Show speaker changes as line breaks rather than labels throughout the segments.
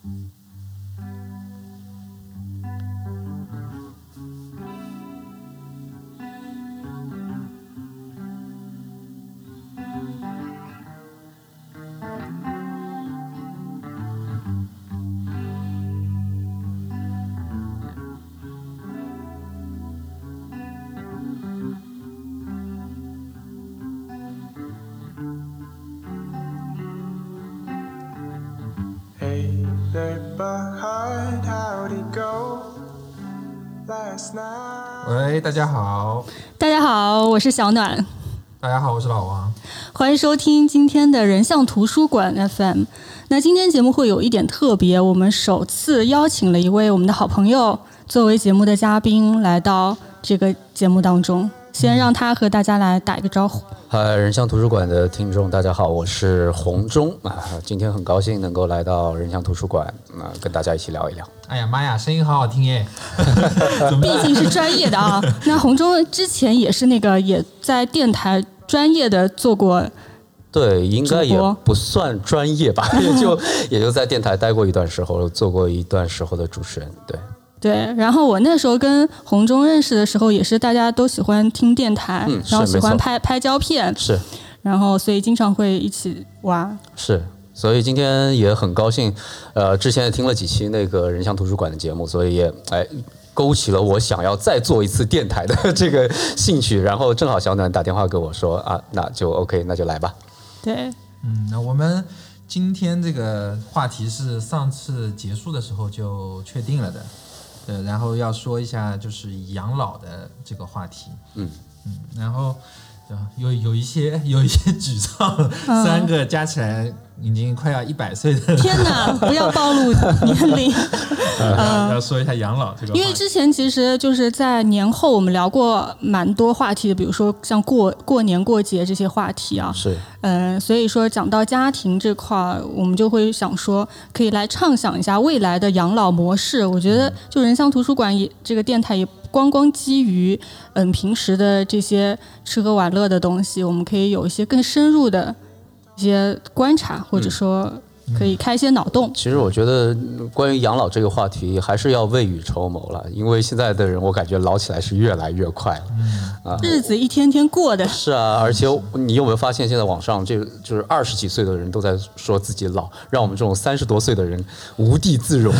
喂，大家好。
大家好，我是小暖。
大家好，我是老王。
欢迎收听今天的人象图书馆 FM。那今天节目会有一点特别，我们首次邀请了一位我们的好朋友作为节目的嘉宾来到这个节目当中。先让他和大家来打一个招呼。
嗨，人象图书馆的听众，大家好，我是洪忠今天很高兴能够来到人象图书馆跟大家一起聊一聊。
哎呀妈呀，声音好好听耶！
毕竟是专业的啊。那洪忠之前也是也在电台专业的做过。
对，应该也不算专业吧，也就在电台待过一段时候，做过一段时候的主持人。
对，然后我那时候跟洪忠认识的时候，也是大家都喜欢听电台，然后喜欢拍胶片，
是，
然后所以经常会一起玩。
是，所以今天也很高兴，之前也听了几期那个人象图书馆的节目，所以也勾起了我想要再做一次电台的这个兴趣。然后正好小暖打电话给我说那就 OK， 那就来吧。
对，
那我们今天这个话题是上次结束的时候就确定了的。然后要说一下就是养老的这个话题，然后有一些沮丧，三个加起来已经快要100岁的。
天哪，不要暴露年龄。
要说一下养老这个话题，
因为之前其实就是在年后我们聊过蛮多话题的，比如说像过年过节这些话题啊。
是。
所以说讲到家庭这块，我们就会想说可以来畅想一下未来的养老模式。我觉得就人象图书馆这个电台也光基于平时的这些吃喝玩乐的东西，我们可以有一些更深入的一些观察，或者说可以开一些脑洞。
其实我觉得关于养老这个话题还是要未雨绸缪了，因为现在的人我感觉老起来是越来越快了，
日子一天天过的。
是啊，而且你有没有发现现在网上就是20几岁的人都在说自己老，让我们这种30多岁的人无地自容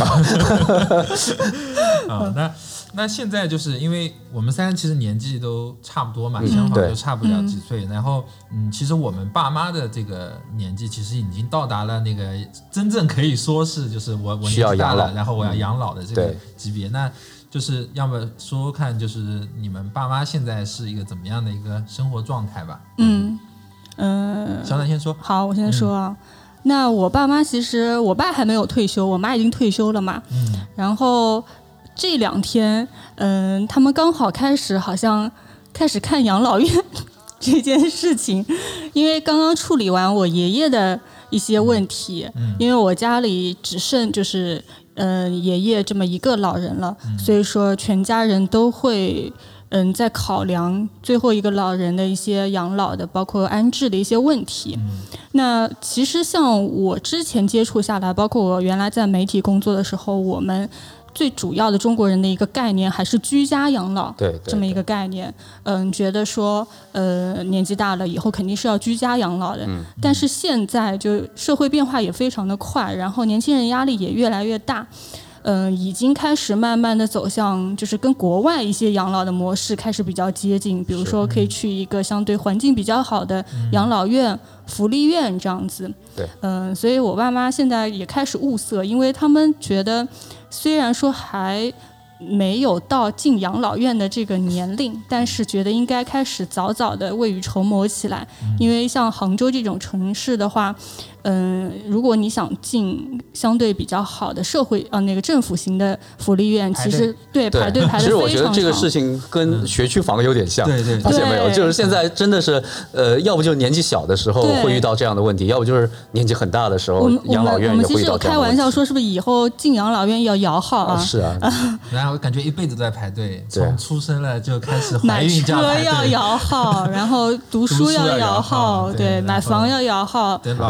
那现在就是因为我们三人其实年纪都差不多嘛，相仿都差不了几岁，然后其实我们爸妈的这个年纪其实已经到达了那个真正可以说是就是我年纪大了，然后我要养老的这个级别。那就是要么说看就是你们爸妈现在是一个怎么样的一个生活状态吧。小暖先说。
好，我先说啊。那我爸妈其实我爸还没有退休，我妈已经退休了嘛。然后这2天，他们刚好好像开始看养老院这件事情，因为刚刚处理完我爷爷的一些问题，因为我家里只剩就是爷爷这么一个老人了，所以说全家人都会在考量最后一个老人的一些养老的包括安置的一些问题。那其实像我之前接触下来，包括我原来在媒体工作的时候，我们最主要的中国人的一个概念还是居家养老，这么一个概念。觉得说年纪大了以后肯定是要居家养老的。但是现在就社会变化也非常的快，然后年轻人压力也越来越大。已经开始慢慢的走向就是跟国外一些养老的模式开始比较接近，比如说可以去一个相对环境比较好的养老院、福利院这样子。所以我爸妈现在也开始物色，因为他们觉得虽然说还没有到进养老院的这个年龄，但是觉得应该开始早早的未雨绸缪起来。因为像杭州这种城市的话，如果你想进相对比较好的社会那个政府型的福利院，其实排队排得非常长。
其实我觉得这个事情跟学区房有点像，发现没有？就是现在真的是要不就是年纪小的时候会遇到这样的问题，要不就是年纪很大的时候养老院也会遇到这样的问题。我们
其实有开玩笑说，是不是以后进养老院要摇号啊？
是啊。
然后感觉一辈子都在排队，从出生了就开始怀孕就要排队，
买车要摇号，然后读书要摇号，对，买房要摇号，然后进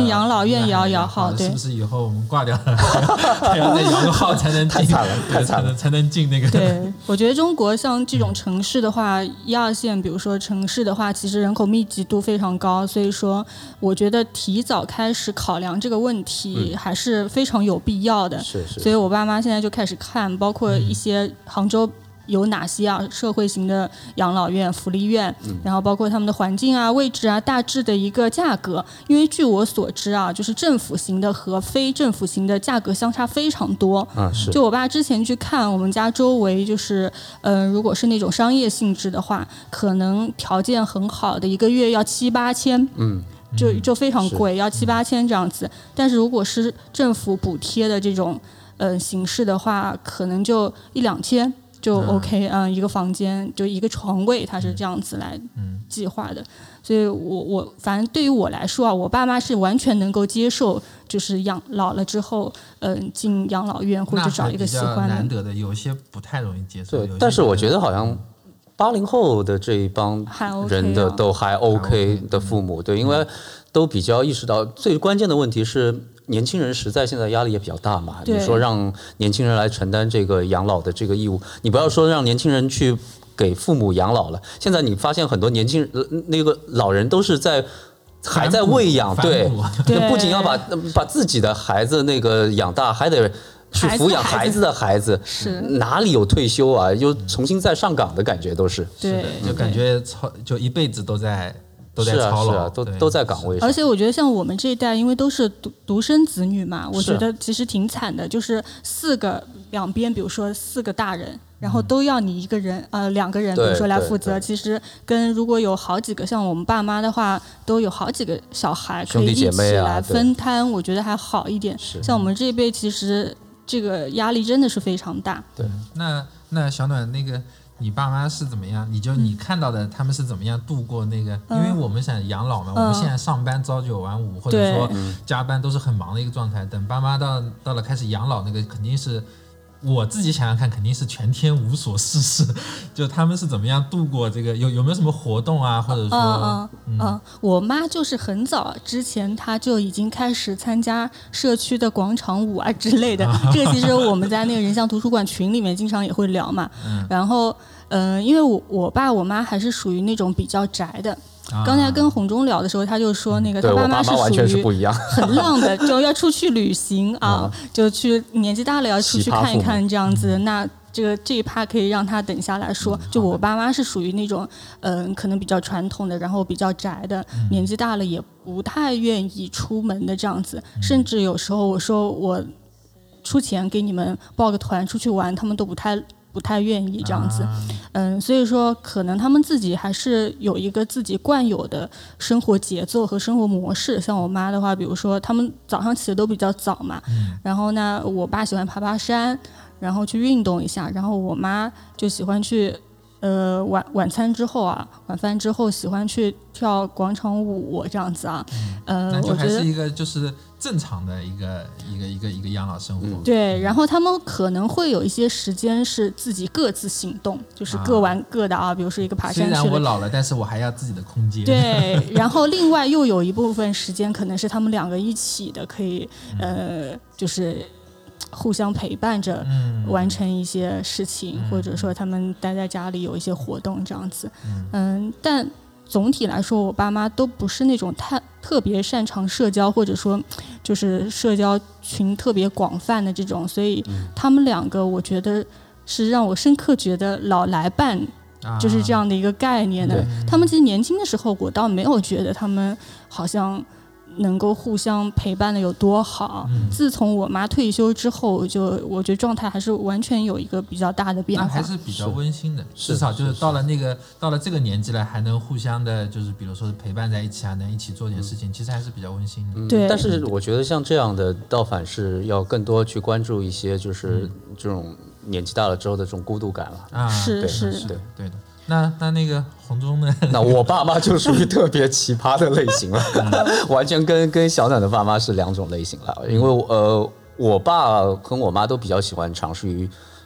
进养老院也要摇号，对，
是不是以后我们挂掉了还要再摇个号才能进？
太惨了，太惨了，
才能进那个。
对，我觉得中国像这种城市的话，1、2线，比如说城市的话，其实人口密集度非常高，所以说我觉得提早开始考量这个问题还是非常有必要的。
是。
所以我爸妈现在就开始看，包括一些杭州有哪些社会型的养老院、福利院，然后包括他们的环境啊、位置啊、大致的一个价格。因为据我所知就是政府型的和非政府型的价格相差非常多。
是。
就我爸之前去看，我们家周围就是如果是那种商业性质的话，可能条件很好的1个月要7、8千。就非常贵，要7、8千这样子。但是如果是政府补贴的这种形式的话，可能就1、2千就 OK。一个房间就一个床位，它是这样子来计划的。所以我反正对于我来说我爸妈是完全能够接受，就是老了之后进养老院或者找一个喜欢的。
难得的，有些不太容易接受。
对，但是我觉得好像80后的这一帮人的都还 OK 的父母，对，因为都比较意识到最关键的问题是年轻人实在现在压力也比较大嘛。你说让年轻人来承担这个养老的这个义务，你不要说让年轻人去给父母养老了，现在你发现很多年轻人那个老人都是还在喂养，对，不仅要把自己的孩子那个养大，还得去抚养孩子的孩子，
是
哪里有退休啊？又重新再上岗的感觉都是。
对，
就感觉就一辈子都在操劳，
都在岗位上。
而且我觉得像我们这一代，因为都是独生子女嘛，我觉得其实挺惨的，就是两边，比如说4个大人，然后都要你1个人2个人，比如说来负责。其实跟如果有好几个，像我们爸妈的话，都有好几个小孩可以一起来分摊，我觉得还好一点。像我们这一辈，其实这个压力真的是非常大。
对，
那小暖那个。你爸妈是怎么样？你看到的他们是怎么样度过那个？因为我们想养老嘛，我们现在上班朝9晚5，或者说加班都是很忙的一个状态。等爸妈到了开始养老，那个肯定是我自己想想看，肯定是全天无所事事。就他们是怎么样度过这个？有没有什么活动啊？或者说，
我妈就是很早之前，她就已经开始参加社区的广场舞啊之类的。这个其实我们在那个人像图书馆群里面经常也会聊嘛。然后，因为我爸我妈还是属于那种比较宅的。刚才跟洪忠聊的时候，他就说那个他爸妈是属于很浪的，就要出去旅行就去年纪大了要出去看一看这样子。那这一趴可以让他等下来说。就我爸妈是属于那种可能比较传统的，然后比较宅的，年纪大了也不太愿意出门的这样子。甚至有时候我说我出钱给你们报个团出去玩，他们都不太愿意这样子。所以说可能他们自己还是有一个自己惯有的生活节奏和生活模式。像我妈的话，比如说他们早上起的都比较早嘛，然后呢我爸喜欢爬山，然后去运动一下，然后我妈就喜欢去晚餐之后晚饭之后喜欢去跳广场舞这样子
那就还是一个就是正常的一个养老生活。
对，然后他们可能会有一些时间是自己各自行动，就是各玩各的比如说一个爬山去了。
虽然我老了，但是我还要自己的空间。
对，然后另外又有一部分时间可能是他们2个一起的，可以就是互相陪伴着完成一些事情，或者说他们待在家里有一些活动这样子。但总体来说，我爸妈都不是那种特别擅长社交，或者说就是社交群特别广泛的这种，所以他们2个我觉得是让我深刻觉得老来伴就是这样的一个概念的。他们其实年轻的时候，我倒没有觉得他们好像能够互相陪伴的有多好。自从我妈退休之后，我觉得状态还是完全有一个比较大的变化。
那还是比较温馨的，至少就是到了这个年纪了，还能互相的，就是比如说陪伴在一起能一起做点事情，其实还是比较温馨的。
对，
但是我觉得像这样的，倒反是要更多去关注一些，就是这种年纪大了之后的这种孤独感了。
是
对的。那个洪忠呢？
那我爸妈就属于特别奇葩的类型了，完全跟小暖的爸妈是2种类型了。因为我爸跟我妈都比较喜欢尝试于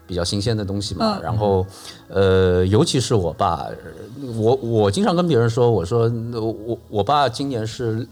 比较新鲜的东西嘛。然后尤其是我爸，我经常跟别人说，我说我爸今年是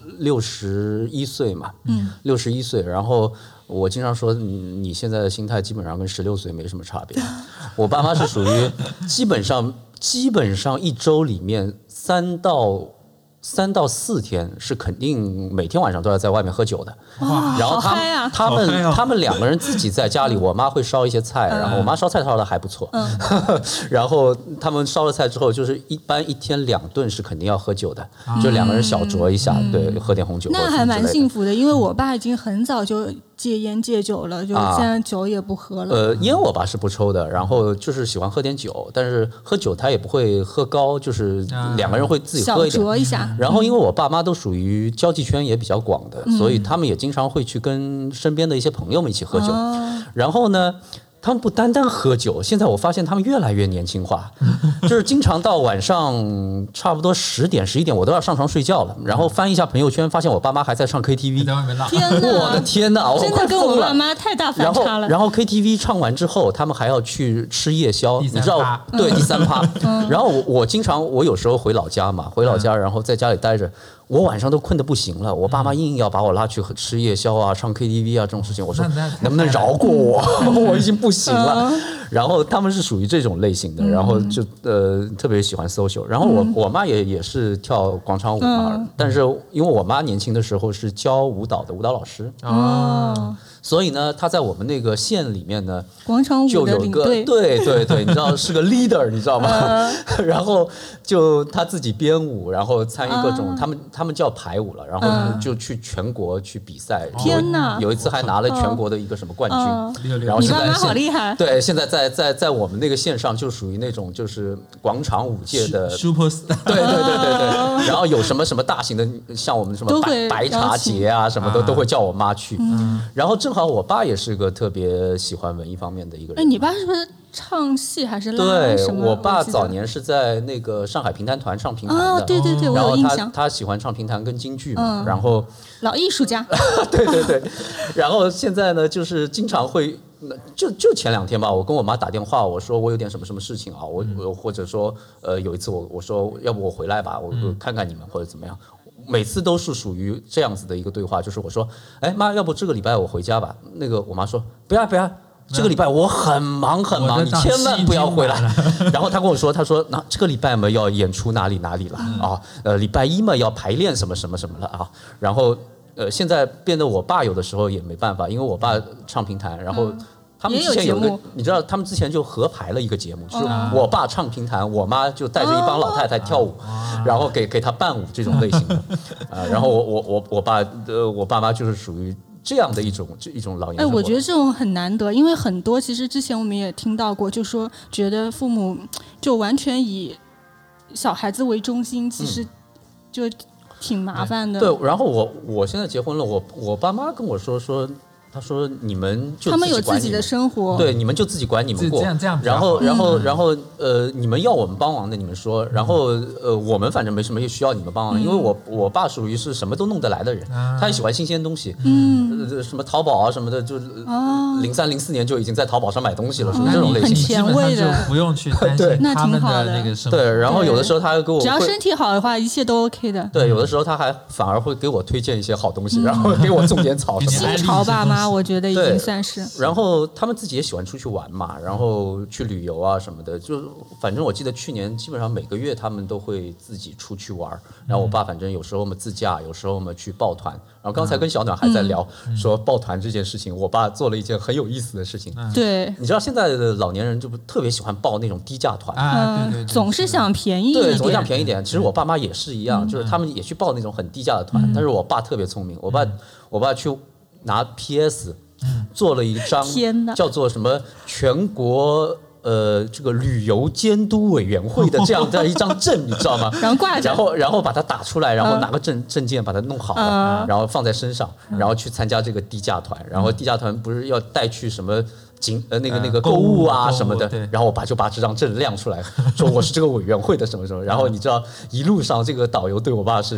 61岁嘛，61岁，然后我经常说你现在的心态基本上跟16岁没什么差别。我爸妈是属于基本上一周里面3到4天是肯定每天晚上都要在外面喝酒的。然后他们2个人自己在家里，我妈会烧一些菜，然后我妈烧菜烧的还不错。然后他们烧了菜之后，就是一般1天2顿是肯定要喝酒的，就2个人小酌一下，对，喝点红酒。
那还蛮幸福的，因为我爸已经很早就戒烟戒酒了，就现在酒也不喝了。
烟我爸是不抽的，然后就是喜欢喝点酒，但是喝酒他也不会喝高，就是2个人会自己喝一点，
小酌一下。
然后因为我爸妈都属于交际圈也比较广的，所以他们也经常会去跟身边的一些朋友们一起喝酒。然后呢，他们不单单喝酒，现在我发现他们越来越年轻化，就是经常到晚上差不多10点11点，我都要上床睡觉了，然后翻一下朋友圈，发现我爸妈还在唱 KTV，
在外面闹。
天哪！
我的天哪，我
真的跟我爸妈太大反差了。
然后 KTV 唱完之后，他们还要去吃夜宵，你知道？对，第3趴。然后我有时候回老家嘛，然后在家里待着。我晚上都困得不行了，我爸妈硬要把我拉去吃夜宵啊、唱 KTV 啊这种事情，我说能不能饶过我？我已经不行了。然后他们是属于这种类型的，然后就特别喜欢 social。然后我妈也是跳广场舞嘛，但是因为我妈年轻的时候是教舞蹈的舞蹈老师所以呢，她在我们那个县里面呢，
广场舞的领队，
对，你知道是个 leader， 你知道吗？然后就她自己编舞，然后参与各种，他们叫排舞了，然后就去全国去比赛。
天哪！
有一次还拿了全国的一个什么冠军。然后
你爸妈好厉害。
对，现在在我们那个线上就属于那种就是广场舞界的
super star。
对。然后有什么大型的，像我们什么白茶节啊什么的，都会叫我妈去。然后正好我爸也是个特别喜欢文艺方面的一个人。
哎，你爸是不是唱戏还是拉什么？
对，我爸早年是在那个上海评弹团唱评弹的。
对，我有印象。
然后他喜欢唱评弹跟京剧嘛，然后
老艺术家。
对。然后现在呢，就是经常会。就前2天吧，我跟我妈打电话，我说我有点什么事情啊，我或者说有一次我说要不我回来吧，我看看你们或者怎么样，每次都是属于这样子的一个对话，就是我说，哎妈，要不这个礼拜我回家吧？那个我妈说不要，这个礼拜我很忙，你千万不要回来。然后她跟我说，她说那这个礼拜嘛要演出哪里了啊，礼拜1嘛要排练什么了啊，然后。现在变得我爸有的时候也没办法，因为我爸唱评弹，然后他们之前有个，你知道，他们之前就合排了一个节目，就是我爸唱评弹，我妈就带着一帮老太太跳舞，然后给他伴舞这种类型的，然后我爸妈就是属于这样的一种老年生活。
我觉得这种很难得，因为很多其实之前我们也听到过，就说觉得父母就完全以小孩子为中心，其实就。挺麻烦的。
对，然后我现在结婚了，我爸妈跟我说，他说你们就
他们有自己的生活，
对，你们就自己管你们过。
这样。
然后你们要我们帮忙的你们说，然后我们反正没什么需要你们帮忙，因为我爸属于是什么都弄得来的人，他也喜欢新鲜东西，什么淘宝啊什么的，就03、04年就已经在淘宝上买东西了，属于这种类型。
很前卫的，
就不用去担心他们的那个生活。
对，然后有的时候他还给我，
只要身体好的话，一切都 OK 的。
对，有的时候他还反而会给我推荐一些好东西，然后给我种点草什么的。
新潮爸妈，我觉得已经算是。
然后他们自己也喜欢出去玩嘛，然后去旅游啊什么的，就反正我记得去年基本上每个月他们都会自己出去玩。然后我爸反正有时候我们自驾，有时候我们去抱团。然后刚才跟小暖还在聊说抱团这件事情，我爸做了一件很有意思的事情。
对，
你知道现在的老年人就特别喜欢报那种低价团
对，
总是想便宜一点。
对，总想便宜一点。其实我爸妈也是一样，就是他们也去报那种很低价的团，但是我爸特别聪明，我爸去拿 PS。做了一张叫做什么全国这个旅游监督委员会的这样的一张证，你知道吗？
然后挂着，
然后把它打出来，然后拿个证件把它弄好了，然后放在身上，然后去参加这个低价团，然后低价团不是要带去什么那个购物啊什么的，然后我爸就把这张证亮出来，说我是这个委员会的什么什么，然后你知道一路上这个导游对我爸是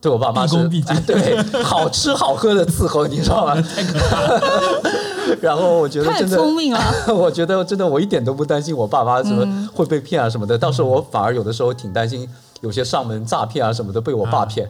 对我爸妈是对好吃好喝的伺候，你知道吗？
太可怕了。
然后我觉得真的
太聪明了，
我觉得真的我一点都不担心我爸妈什么会被骗啊什么的，倒是我反而有的时候挺担心有些上门诈骗啊什么的被我爸骗。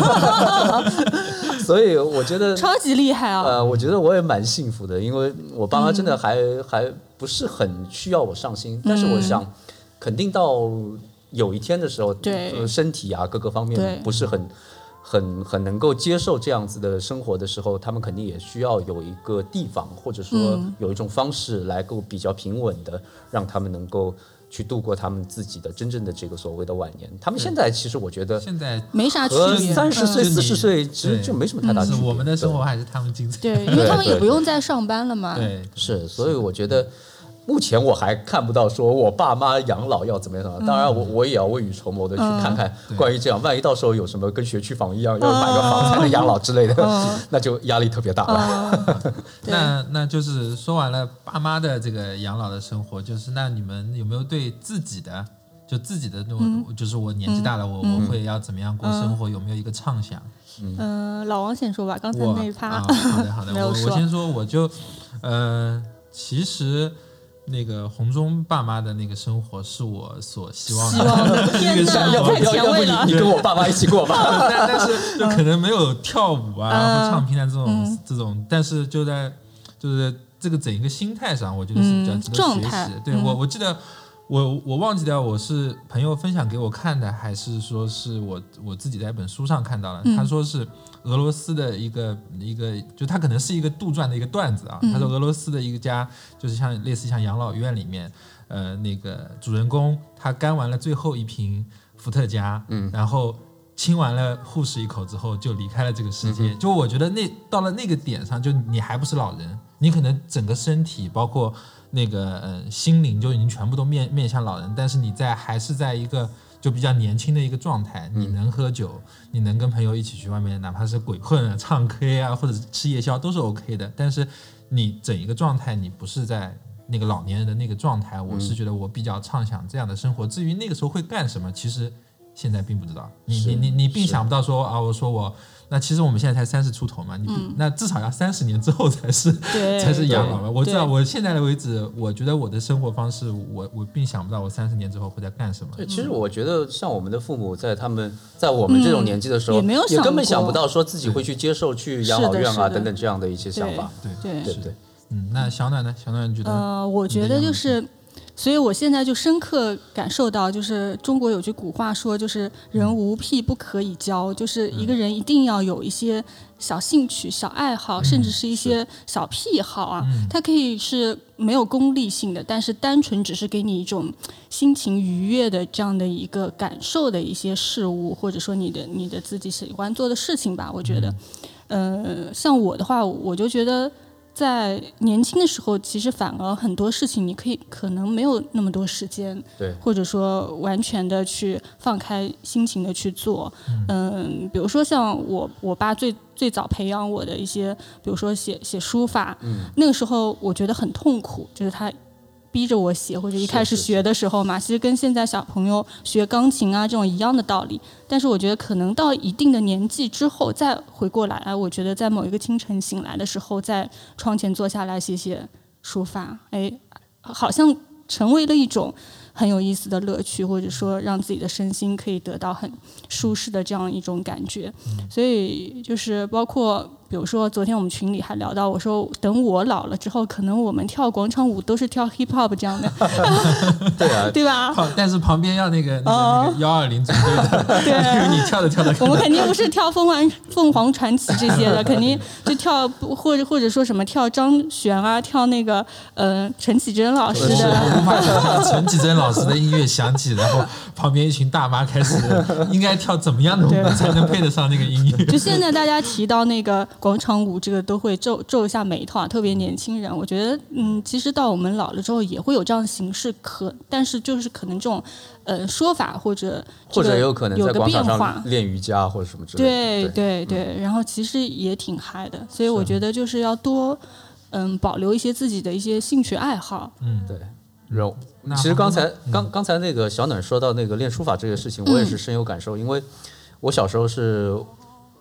所以我觉得
超级厉害啊！
我觉得我也蛮幸福的，因为我爸妈真的还不是很需要我上心，但是我想肯定到有一天的时候，身体啊各个方面不是很能够接受这样子的生活的时候，他们肯定也需要有一个地方，或者说有一种方式来够比较平稳的让他们能够去度过他们自己的真正的这个所谓的晚年。他们现在其实我觉得
现在
没啥区别
，30岁、40岁其实就没什么太大区别。
我们的生活还是他们精彩。
对，因为他们也不用再上班了嘛。
对，
是，所以我觉得目前我还看不到说我爸妈养老要怎么样。当然我也要未雨绸缪的去看看关于这样，万一到时候有什么跟学区房一样要买个房才能养老之类的，那就压力特别大了。
那就是说完了爸妈的这个养老的生活，就是那你们有没有对自己的那种，就是我年纪大了，我会要怎么样过生活，有没有一个畅想？
老王先说吧，刚才那一趴。
好的，我先说，我就其实那个红中爸妈的那个生活是我所希望的。
天哪，太前卫了！
你跟我爸妈一起过吧。
但是就可能没有跳舞啊或唱评弹这种，但是就是这个整一个心态上，我觉得是比较值得学习的。对，我记得。我忘记掉我是朋友分享给我看的，还是说是我自己在一本书上看到了。他说是俄罗斯的一个，就他可能是一个杜撰的一个段子啊。他说俄罗斯的一家就是类似像养老院里面，那个主人公他干完了最后一瓶伏特加，然后亲完了护士一口之后就离开了这个世界。就我觉得到了那个点上，就你还不是老人，你可能整个身体包括那个心灵就已经全部都面向老人，但是你还是在一个就比较年轻的一个状态，你能喝酒，你能跟朋友一起去外面，哪怕是鬼混啊、唱 K 啊，或者是吃夜宵都是 OK 的。但是你整一个状态，你不是在那个老年人的那个状态，我是觉得我比较畅想这样的生活。至于那个时候会干什么，其实现在并不知道。你并想不到说啊，我那其实我们现在才30出头嘛，那至少要30年之后才是养老嘛。我知道我现在的为止，我觉得我的生活方式，我并想不到我30年之后会在干什么。
对，其实我觉得像我们的父母在我们这种年纪的时候，也根本想不到说自己会去接受去养老院啊等等这样的一些想法。
对。
那小暖呢？小暖觉得？
我觉得就是。所以我现在就深刻感受到，就是中国有句古话说，就是人无癖不可以交，就是一个人一定要有一些小兴趣、小爱好，甚至是一些小癖好啊。它可以是没有功利性的，但是单纯只是给你一种心情愉悦的这样的一个感受的一些事物，或者说你的自己喜欢做的事情吧。我觉得，像我的话，我就觉得。在年轻的时候，其实反而很多事情你可能没有那么多时间，
对，
或者说完全的去放开心情的去做。比如说像我爸最早培养我的一些，比如说写书法，那个时候我觉得很痛苦，就是他逼着我写，或者一开始学的时候嘛，其实跟现在小朋友学钢琴啊这种一样的道理。但是我觉得可能到一定的年纪之后再回过来，我觉得在某一个清晨醒来的时候，在窗前坐下来写写书法，好像成为了一种很有意思的乐趣，或者说让自己的身心可以得到很舒适的这样一种感觉。所以就是包括比如说昨天我们群里还聊到，我说等我老了之后，可能我们跳广场舞都是跳 hip hop 这样的。
对啊，
对吧？
但是旁边要那个120组队的，因为你跳的
我们肯定不是跳凤凰传奇这些的，肯定就跳或者说什么跳张悬啊，跳那个陈绮贞老师的。
我无法想象陈绮贞老师的音乐响起，然后旁边一群大妈开始应该跳怎么样的舞才能配得上那个音乐。
就现在大家提到那个广场舞，这个都会皱一下眉头啊，特别年轻人。我觉得其实到我们老了之后也会有这样的形式，但是就是可能这种说法或者
也有可能在广场上练瑜伽或者什么之类
的。对，然后其实也挺嗨的，所以我觉得就是要多保留一些自己的一些兴趣爱好。
对。其实刚才那个小暖说到那个练书法这个事情，我也是深有感受，因为我小时候是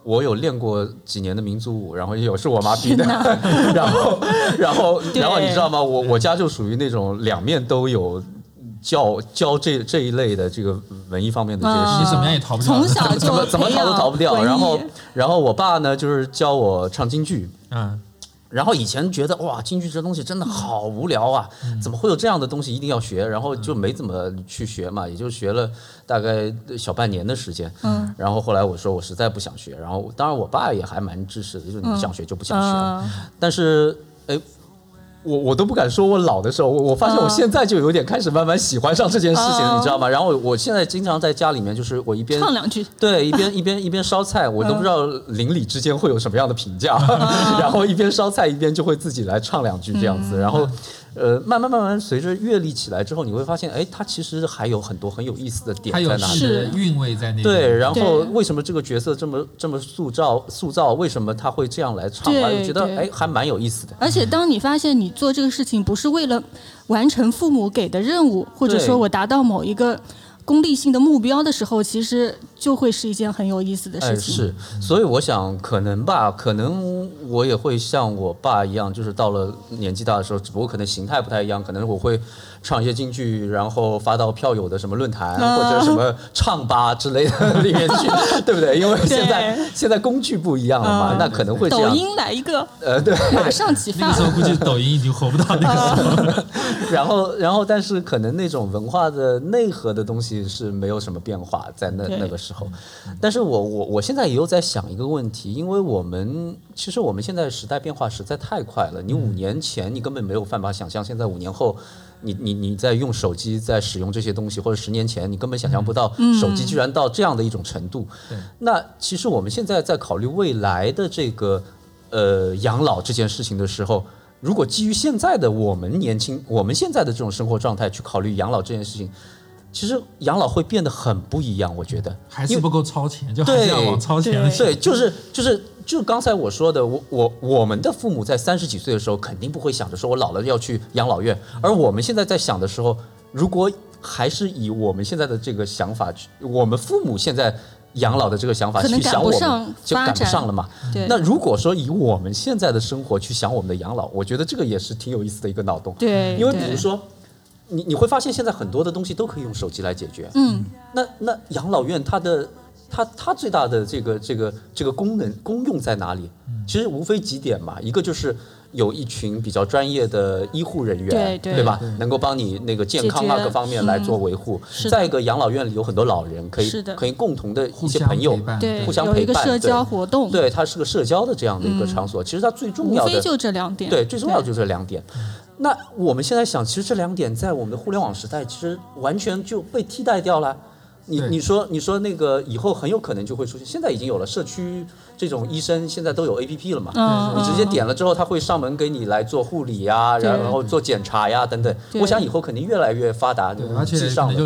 我有练过几年的民族舞，然后也有是我妈逼的，然后你知道吗？我家就属于那种两面都有教这一类的这个文艺方面的这些事情，
你怎么样也逃不掉，
从小就
怎么逃都逃不掉。然后我爸呢，就是教我唱京剧，然后以前觉得哇，京剧这东西真的好无聊啊，怎么会有这样的东西一定要学？然后就没怎么去学嘛，也就学了大概小半年的时间。然后后来我说我实在不想学，然后当然我爸也还蛮支持的，就是你不想学就不想学。但是我都不敢说我老的时候，我发现我现在就有点开始慢慢喜欢上这件事情，你知道吗？然后我现在经常在家里面，就是我一边
唱两句，
对，一边烧菜，我都不知道邻里之间会有什么样的评价，然后一边烧菜一边就会自己来唱两句这样子，然后。慢慢随着阅历起来之后，你会发现，它其实还有很多很有意思的点在哪里，
是韵味在那里。
对，然后为什么这个角色这么塑造，为什么他会这样来唱？我觉得还蛮有意思的。
而且当你发现你做这个事情不是为了完成父母给的任务，或者说我达到某一个功利性的目标的时候，其实就会是一件很有意思的事情。
是，所以我想可能我也会像我爸一样，就是到了年纪大的时候，只不过可能形态不太一样，可能我会唱一些京剧，然后发到票友的什么论坛、或者什么唱吧之类的里面去，对不对？因为现在工具不一样了嘛，那可能会这样。
抖音来一个，
对，
马上起发。
那个时候估计抖音已经活不到那个时候。
然后，但是可能那种文化的内核的东西是没有什么变化在那个时候。但是我现在也有在想一个问题，因为其实我们现在时代变化实在太快了，你5年前你根本没有办法想象，现在5年后你在用手机在使用这些东西，或者10年前你根本想象不到手机居然到这样的一种程度。那其实我们现在在考虑未来的这个养老这件事情的时候，如果基于现在的我们现在的这种生活状态去考虑养老这件事情，其实养老会变得很不一样，我觉得
还是不够超前，就还是要往超前的。
对，就是刚才我说的，我们的父母在30几岁的时候，肯定不会想着说我老了要去养老院，而我们现在在想的时候，如果还是以我们现在的这个想法，我们父母现在养老的这个想法去想我们，就赶不上了嘛。那如果说以我们现在的生活去想我们的养老，我觉得这个也是挺有意思的一个脑洞。
对，
因为比如说。你会发现现在很多的东西都可以用手机来解决。那养老院它最大的这个功用在哪里？其实无非几点嘛，一个就是有一群比较专业的医护人员，对吧？能够帮你那个健康各方面来做维护。再一个，养老院里有很多老人，可以共同的一些朋友互相陪伴，
有一个社交活动，
对，它是个社交的这样的一个场所。其实它最重要的
无非就这2点，
对，最重要的就这2点。那我们现在想，其实这2点在我们的互联网时代，其实完全就被替代掉了。你说那个以后很有可能就会出现，现在已经有了社区这种医生，现在都有 APP 了嘛，你直接点了之后，他会上门给你来做护理呀，然后做检查呀等等。我想以后肯定越来越发达，
而且可能就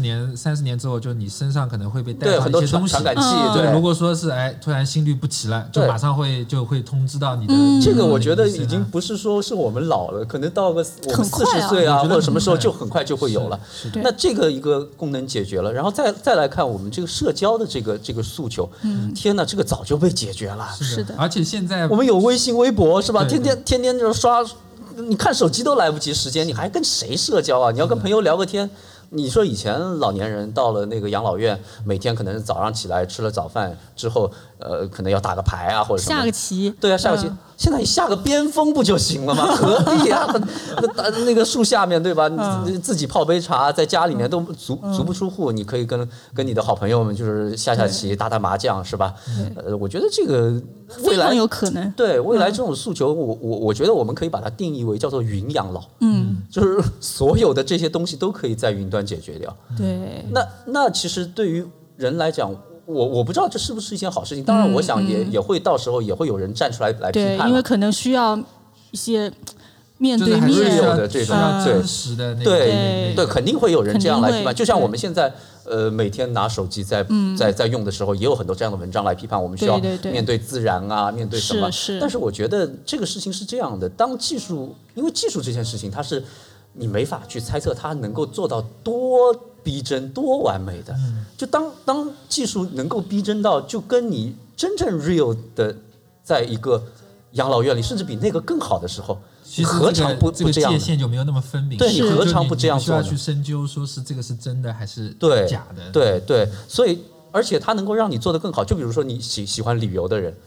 30年之后，就你身上可能会被带上一些东西，
传感器。
对，如果说是突然心律不齐了，就马上会通知到你的。
这个我觉得已经不是说是我们老了，可能到个我们40岁啊，或者什么时候就很快就会有了。那这个一个功能解决了，然后再来看我们这个社交的这个诉求，天哪，这个早就被解决了。
是的，
而且现在
我们有微信、微博，是吧？天天就刷，你看手机都来不及时间，你还跟谁社交啊？你要跟朋友聊个天。你说以前老年人到了那个养老院，每天可能早上起来吃了早饭之后，可能要打个牌啊，或者什么
下个棋。
对啊，下个棋。现在你下个边锋不就行了吗？何必啊？那个树下面对吧？你自己泡杯茶，在家里面都足不出户，你可以跟你的好朋友们就是下棋、打麻将，是吧？我觉得这个未来
有可能。
对未来这种诉求，我觉得我们可以把它定义为叫做云养老。就是所有的这些东西都可以在云端解决掉。
对。
那其实对于人来讲。我不知道这是不是一件好事情，当然我想也会到时候也会有人站出来批判，
对，因为可能需要一些面对面
的这种
真实的那个
对，肯定会有人这样来批判。就像我们现在每天拿手机在用的时候，也有很多这样的文章来批判我们需要面对自然啊，面对什么。但是我觉得这个事情是这样的，因为技术这件事情它是你没法去猜测它能够做到多逼真、多完美的。就当技术能够逼真到，就跟你真正 real 的，在一个养老院里，甚至比那个更好的时候，
其实
何尝不
这个
这样？
界限就没有那么分明。
对，你何尝不这样做呢？
需要去深究，说是这个是真的还是假的？
对，所以而且它能够让你做得更好。就比如说你喜欢旅游的人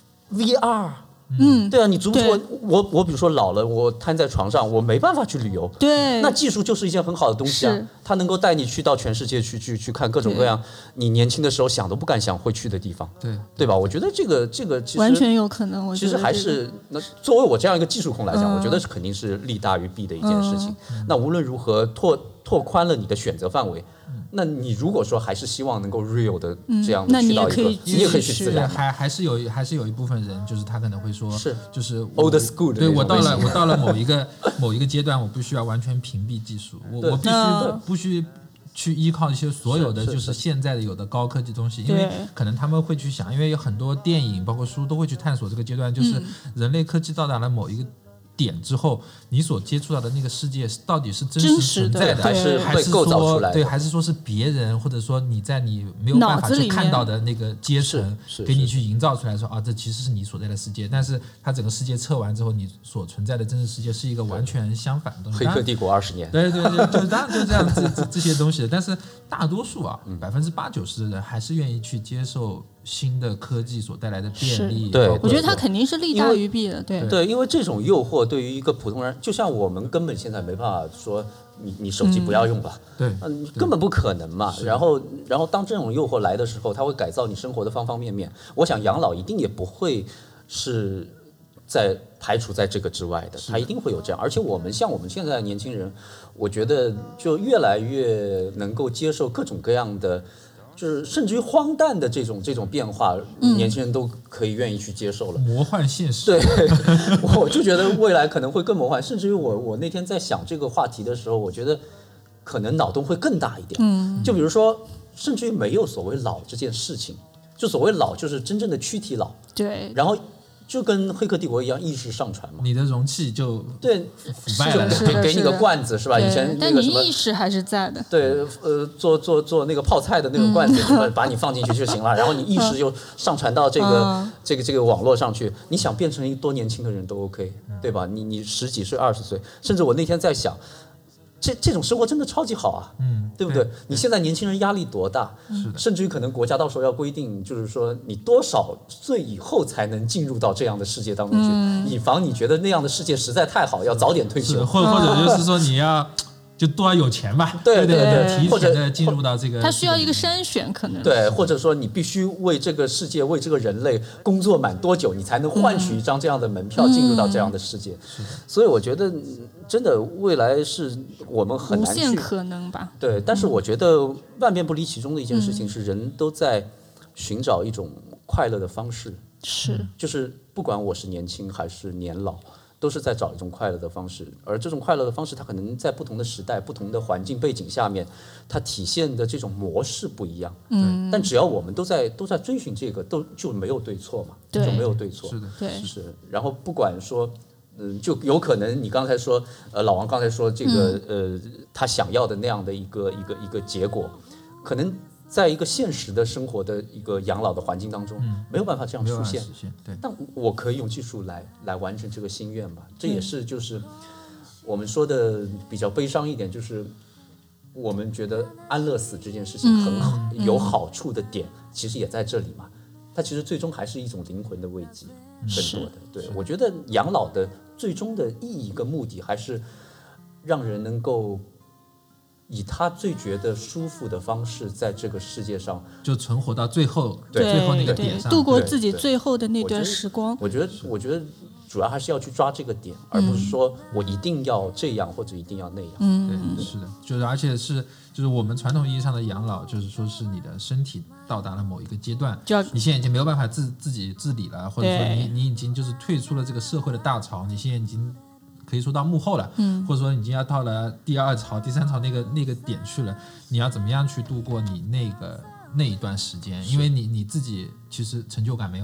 ，VR。对啊，你足不出我比如说老了，我瘫在床上，我没办法去旅游。
对，
那技术就是一件很好的东西啊，它能够带你去到全世界去看各种各样你年轻的时候想都不敢想会去的地方。对吧？我觉得这个其实
完全有可能。
其实还是那作为我这样一个技术控来讲，我觉得肯定是利大于弊的一件事情。那无论如何拓宽了你的选择范围。那你如果说还是希望能够 real 的这样的去到一个，你也可以去自然。
还是有一部分人，就是他可能会说，就是
old school 的。
对，我到了某一个阶段，我不需要完全屏蔽技术，我必须去依靠一些所有的就是现在的有的高科技东西，因为可能他们会去想，因为有很多电影包括书都会去探索这个阶段，就是人类科技到达了某一个点之后，你所接触到的那个世界到底是真实存在的，
还是被构造出来的？
对，还是说是别人，或者说你在你没有办法去看到的那个阶层，给你去营造出来说啊，这其实是你所在的世界。但是它整个世界测完之后，你所存在的真实世界是一个完全相反的东西。
黑客帝国20年。
对，就当然就这样子这些东西。但是大多数80%-90%的人还是愿意去接受新的科技所带来的便利。
对，
我觉得它肯定是利大于弊的。
对，因为这种诱惑对于一个普通人，就像我们根本现在没办法说你手机不要用吧，
对，
根本不可能嘛。然后当这种诱惑来的时候，它会改造你生活的方方面面。我想养老一定也不会是在排除在这个之外的，它一定会有这样。而且我们现在的年轻人，我觉得就越来越能够接受各种各样的。就是甚至于荒诞的这种变化，年轻人都可以愿意去接受了。
魔幻现实。
对，我就觉得未来可能会更魔幻。甚至于我那天在想这个话题的时候，我觉得可能脑洞会更大一点。就比如说，甚至于没有所谓老这件事情，就所谓老就是真正的躯体老。
对。
然后就跟黑客帝国一样，意识上传嘛，
你的容器就
对
腐败了，
给你个罐子是吧？以前
但你意识还是在的。
对，做那个泡菜的那个罐子，把你放进去就行了，然后你意识就上传到这个网络上去，你想变成一个多年轻的人都 OK， 对吧？你10几岁、20岁，甚至我那天在想。这种生活真的超级好啊，对不对？你现在年轻人压力多大？甚至于可能国家到时候要规定，就是说你多少岁以后才能进入到这样的世界当中去，以防你觉得那样的世界实在太好，要早点退休，
或者就是说你要。就多要有钱吧，
对，
提前的进入到这个，
他需要一个筛选，可能
对，或者说你必须为这个世界、为这个人类工作满多久，你才能换取一张这样的门票进入到这样的世界。所以我觉得，真的未来是我们很难去
无限可能吧。
对，但是我觉得万变不离其中的一件事情是，人都在寻找一种快乐的方式，就是不管我是年轻还是年老。都是在找一种快乐的方式，而这种快乐的方式，它可能在不同的时代、不同的环境背景下面，它体现的这种模式不一样。但只要我们都在追寻这个，就没有对错嘛，就没有对错。
是的，
对，
是。然后不管说，就有可能你刚才说，老王刚才说这个他想要的那样的一个结果，可能。在一个现实的生活的一个养老的环境当中，没有办法这样出现。
对，
但我可以用技术来完成这个心愿吧。这也是就是我们说的比较悲伤一点，就是我们觉得安乐死这件事情很有好处的点，其实也在这里嘛。它其实最终还是一种灵魂的慰藉，更多的。对，我觉得养老的最终的意义跟目的，还是让人能够。以他最觉得舒服的方式，在这个世界上
就存活到最后那个点上，
度过自己最后的那段时光。
我觉得主要还是要去抓这个点，而不是说我一定要这样或者一定要那样。
对，是的，就是而且就是我们传统意义上的养老，就是说是你的身体到达了某一个阶段，你现在已经没有办法自己自理了，或者说你已经就是退出了这个社会的大潮，你现在已经。可以说到幕后了，或者说已经要到了第2潮、第3潮那个点去了，你要怎么样去度过你那一段时间？因为你自己其实成就感没有了嘛，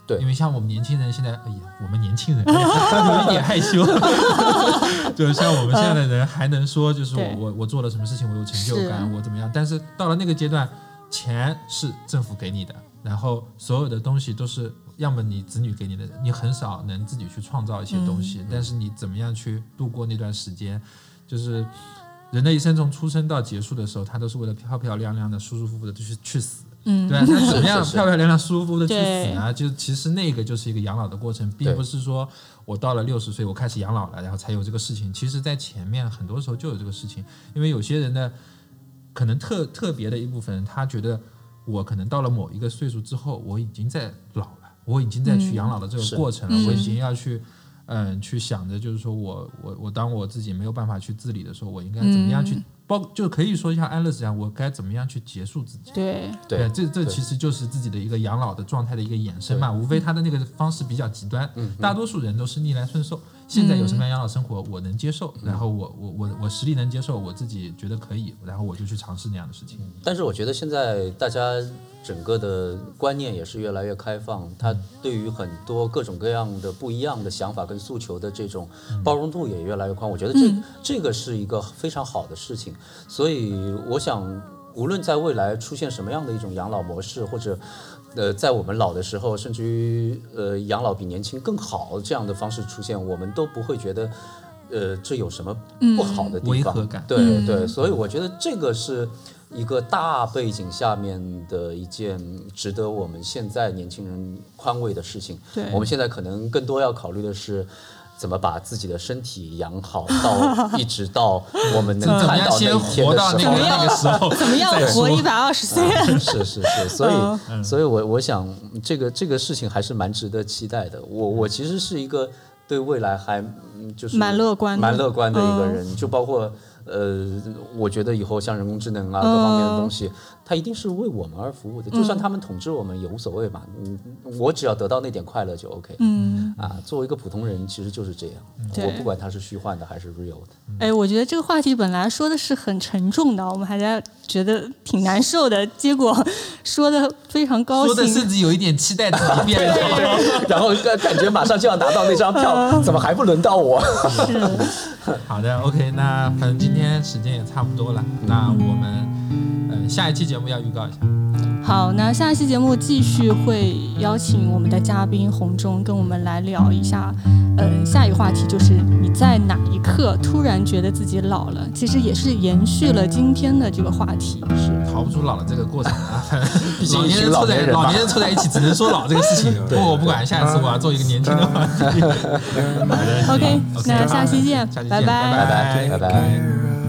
对，
因为像我们年轻人现在，哎呀，我们年轻人有一点害羞，就是像我们现在的人还能说，就是我做了什么事情，我有成就感，我怎么样？但是到了那个阶段，钱是政府给你的，然后所有的东西都是要么你子女给你的，你很少能自己去创造一些东西，但是你怎么样去度过那段时间，就是人的一生从出生到结束的时候，他都是为了漂漂亮亮的、舒舒服服的去死。对啊，那怎么样漂漂亮亮、舒舒服服的去死呢？就其实那个就是一个养老的过程，并不是说我到了60岁我开始养老了，然后才有这个事情。其实，在前面很多时候就有这个事情，因为有些人呢，可能特别的一部分人，他觉得我可能到了某一个岁数之后，我已经在老了，我已经在去养老的这个过程了，我已经要去。去想着就是说我当我自己没有办法去自理的时候，我应该怎么样去就可以说像安乐死一样，我该怎么样去结束自己？
对，
这其实就是自己的一个养老的状态的一个衍生嘛，无非他的那个方式比较极端，大多数人都是逆来顺受。现在有什么样养老生活我能接受，然后我实力能接受，我自己觉得可以，然后我就去尝试那样的事情。
但是我觉得现在大家整个的观念也是越来越开放，他对于很多各种各样的不一样的想法跟诉求的这种包容度也越来越宽，我觉得这个是一个非常好的事情。所以我想无论在未来出现什么样的一种养老模式，或者在我们老的时候，甚至于养老比年轻更好这样的方式出现，我们都不会觉得这有什么不好的地方，
违和感。
对，所以我觉得这个是一个大背景下面的一件值得我们现在年轻人宽慰的事情。
对，
我们现在可能更多要考虑的是怎么把自己的身体养好，到一直到我们能看到那一天的时候，
怎么样活120岁？
是，所以我想这个事情还是蛮值得期待的。我其实是一个对未来还就是
蛮乐观
的一个人，就包括我觉得以后像人工智能啊各方面的东西，它一定是为我们而服务的。就算他们统治我们也无所谓嘛，我只要得到那点快乐就 OK。作为一个普通人其实就是这样，我不管它是虚幻的还是 real 的。
我觉得这个话题本来说的是很沉重的，我们还在觉得挺难受的，结果说的非常高兴，
说的甚至有一点期待自己变老，
然后感觉马上就要拿到那张票，怎么还不轮到我？
好的 ，OK， 那反正今天时间也差不多了，那我们下一期节目要预告一下。
好，那下一期节目继续会邀请我们的嘉宾洪忠跟我们来聊一下，下一个话题就是你在哪一刻突然觉得自己老了，其实也是延续了今天的这个话题，
是逃不出老了这个过程啊。毕竟老年人凑在一起，只能说老这个事情。不过我不管，下一次我要做一个年轻的话题。好的
，OK， 那下期见，拜
拜。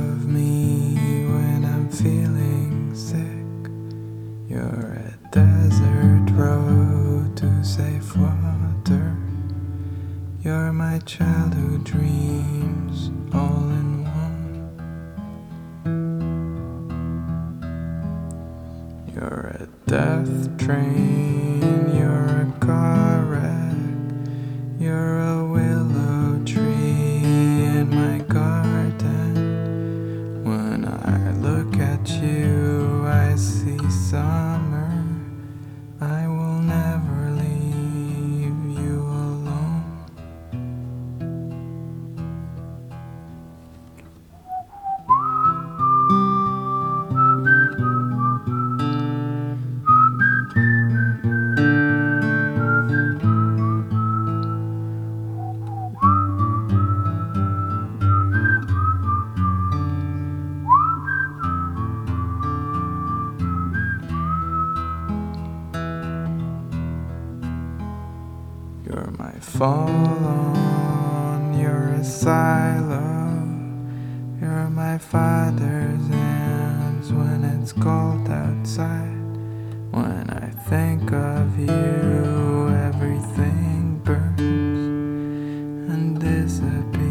You're a desert road to safe water. You're my childhood dreams all in one. You're a death train, you're a car wreck. You're a willow tree in my garden. When I look at you, I see summer. I will never leave you alone. You're my fall on your asylum. You're my father's hands when it's cold outside. When I think of you, everything burns and disappears.